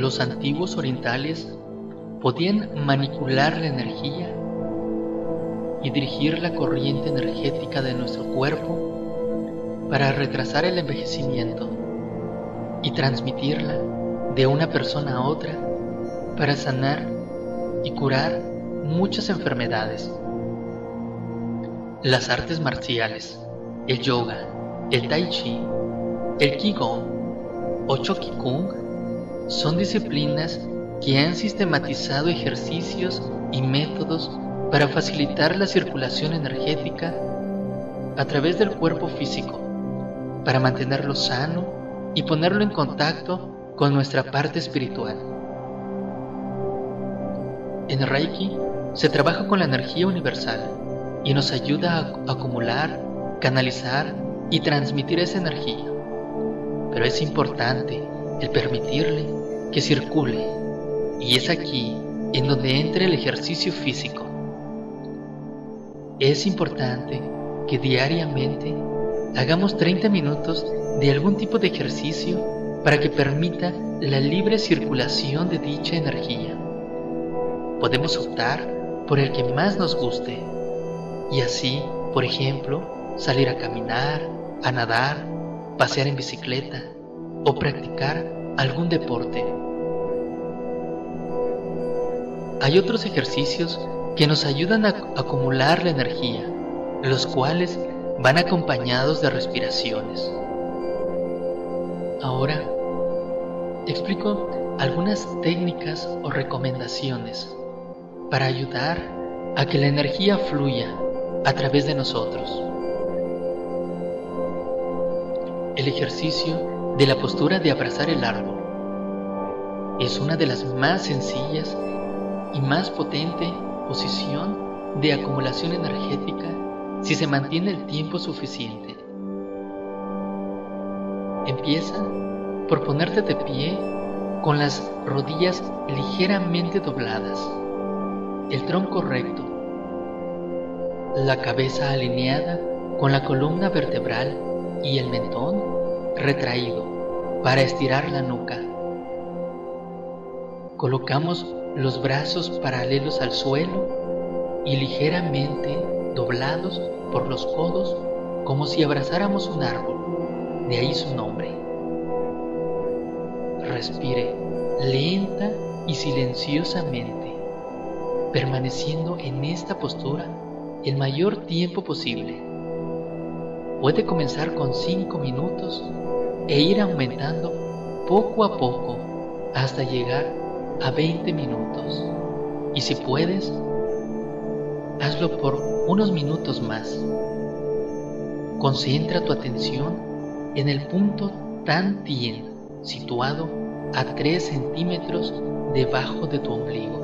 Los antiguos orientales podían manipular la energía y dirigir la corriente energética de nuestro cuerpo para retrasar el envejecimiento y transmitirla de una persona a otra para sanar y curar muchas enfermedades. Las artes marciales, el yoga, el tai chi, el qigong o chokikung son disciplinas que han sistematizado ejercicios y métodos para facilitar la circulación energética a través del cuerpo físico, para mantenerlo sano y ponerlo en contacto con nuestra parte espiritual. En Reiki se trabaja con la energía universal y nos ayuda a acumular, canalizar y transmitir esa energía. Pero es importante el permitirle que circule, y es aquí en donde entra el ejercicio físico. Es importante que diariamente hagamos 30 minutos de algún tipo de ejercicio para que permita la libre circulación de dicha energía. Podemos optar por el que más nos guste y así, por ejemplo, salir a caminar, a nadar, pasear en bicicleta o practicar algún deporte. Hay otros ejercicios que nos ayudan a acumular la energía, los cuales van acompañados de respiraciones. Ahora, explico algunas técnicas o recomendaciones para ayudar a que la energía fluya a través de nosotros. El ejercicio de la postura de abrazar el árbol es una de las más sencillas y más potente posición de acumulación energética si se mantiene el tiempo suficiente. Empieza por ponerte de pie con las rodillas ligeramente dobladas, el tronco recto, la cabeza alineada con la columna vertebral y el mentón retraído para estirar la nuca. Colocamos los brazos paralelos al suelo y ligeramente doblados por los codos como si abrazáramos un árbol, de ahí su nombre. Respire lenta y silenciosamente, permaneciendo en esta postura el mayor tiempo posible. Puede comenzar con 5 minutos e ir aumentando poco a poco hasta llegar a 20 minutos. Y si puedes, hazlo por unos minutos más. Concentra tu atención en el punto Tan Tien, situado a 3 centímetros debajo de tu ombligo.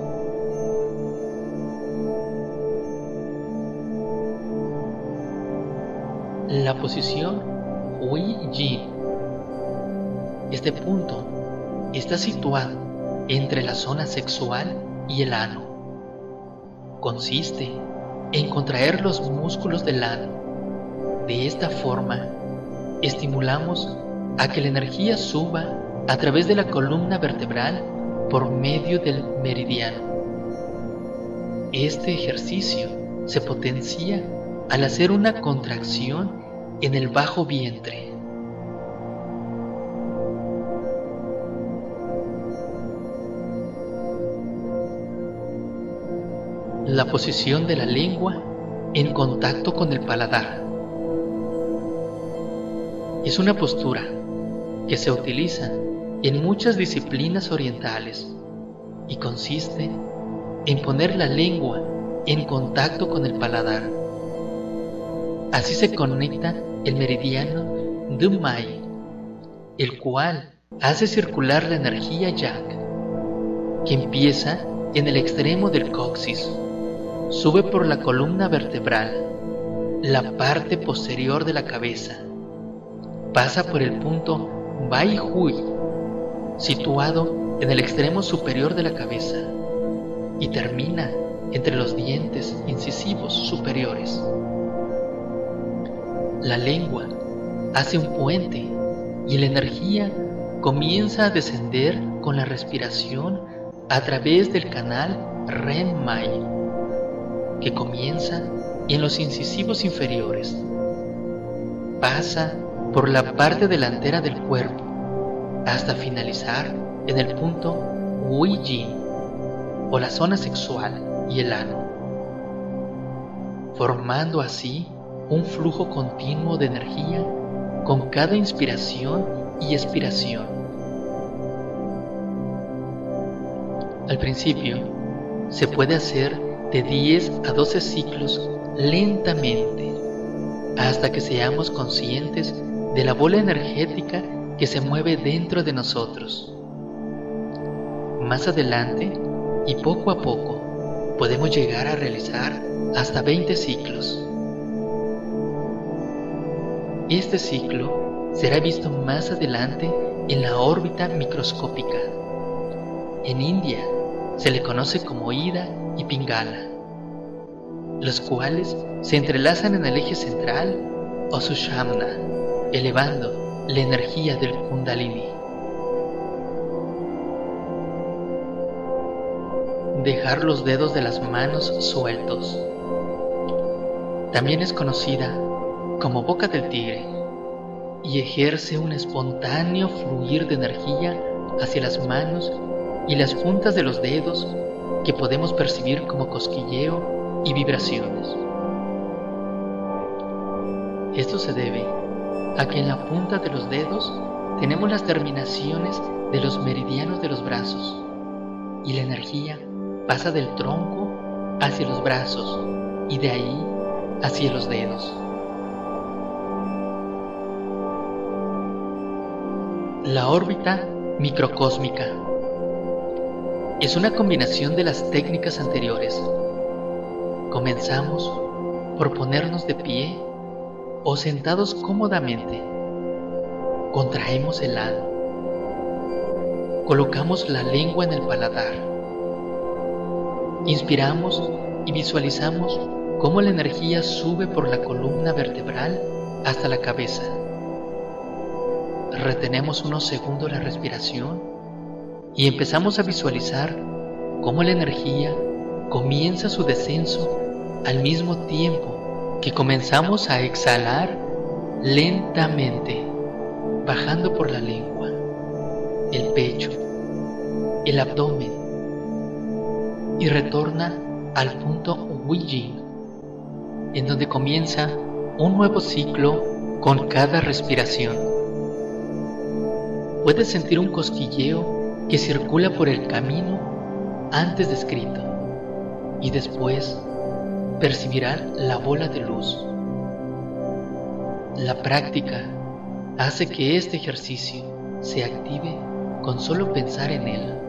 La posición Hui Yin. Este punto está situado entre la zona sexual y el ano. Consiste en contraer los músculos del ano. De esta forma, estimulamos a que la energía suba a través de la columna vertebral por medio del meridiano. Este ejercicio se potencia al hacer una contracción en el bajo vientre. La posición de la lengua en contacto con el paladar. Es una postura que se utiliza en muchas disciplinas orientales y consiste en poner la lengua en contacto con el paladar. Así se conecta el meridiano Dunmai, el cual hace circular la energía Yang, que empieza en el extremo del coxis, sube por la columna vertebral, la parte posterior de la cabeza, pasa por el punto Bai Hui, situado en el extremo superior de la cabeza, y termina entre los dientes incisivos superiores. La lengua hace un puente y la energía comienza a descender con la respiración a través del canal REM-MAI, que comienza en los incisivos inferiores, pasa por la parte delantera del cuerpo hasta finalizar en el punto Hui-Yin, o la zona sexual y el ano, formando así un flujo continuo de energía con cada inspiración y expiración. Al principio, se puede hacer de 10 a 12 ciclos lentamente, hasta que seamos conscientes de la bola energética que se mueve dentro de nosotros. Más adelante, y poco a poco, podemos llegar a realizar hasta 20 ciclos. Este ciclo será visto más adelante en la órbita microscópica. En India se le conoce como Ida y Pingala, los cuales se entrelazan en el eje central o Sushumna, elevando la energía del Kundalini. Dejar los dedos de las manos sueltos. También es conocida como boca del tigre, y ejerce un espontáneo fluir de energía hacia las manos y las puntas de los dedos que podemos percibir como cosquilleo y vibraciones. Esto se debe a que en la punta de los dedos tenemos las terminaciones de los meridianos de los brazos, y la energía pasa del tronco hacia los brazos y de ahí hacia los dedos. La órbita microcósmica es una combinación de las técnicas anteriores. Comenzamos por ponernos de pie o sentados cómodamente. Contraemos el ano. Colocamos la lengua en el paladar. Inspiramos y visualizamos cómo la energía sube por la columna vertebral hasta la cabeza. Retenemos unos segundos la respiración y empezamos a visualizar cómo la energía comienza su descenso al mismo tiempo que comenzamos a exhalar lentamente, bajando por la lengua, el pecho, el abdomen, y retorna al punto Hui-Yin, en donde comienza un nuevo ciclo con cada respiración. Puedes sentir un cosquilleo que circula por el camino antes descrito, y después percibirás la bola de luz. La práctica hace que este ejercicio se active con solo pensar en él.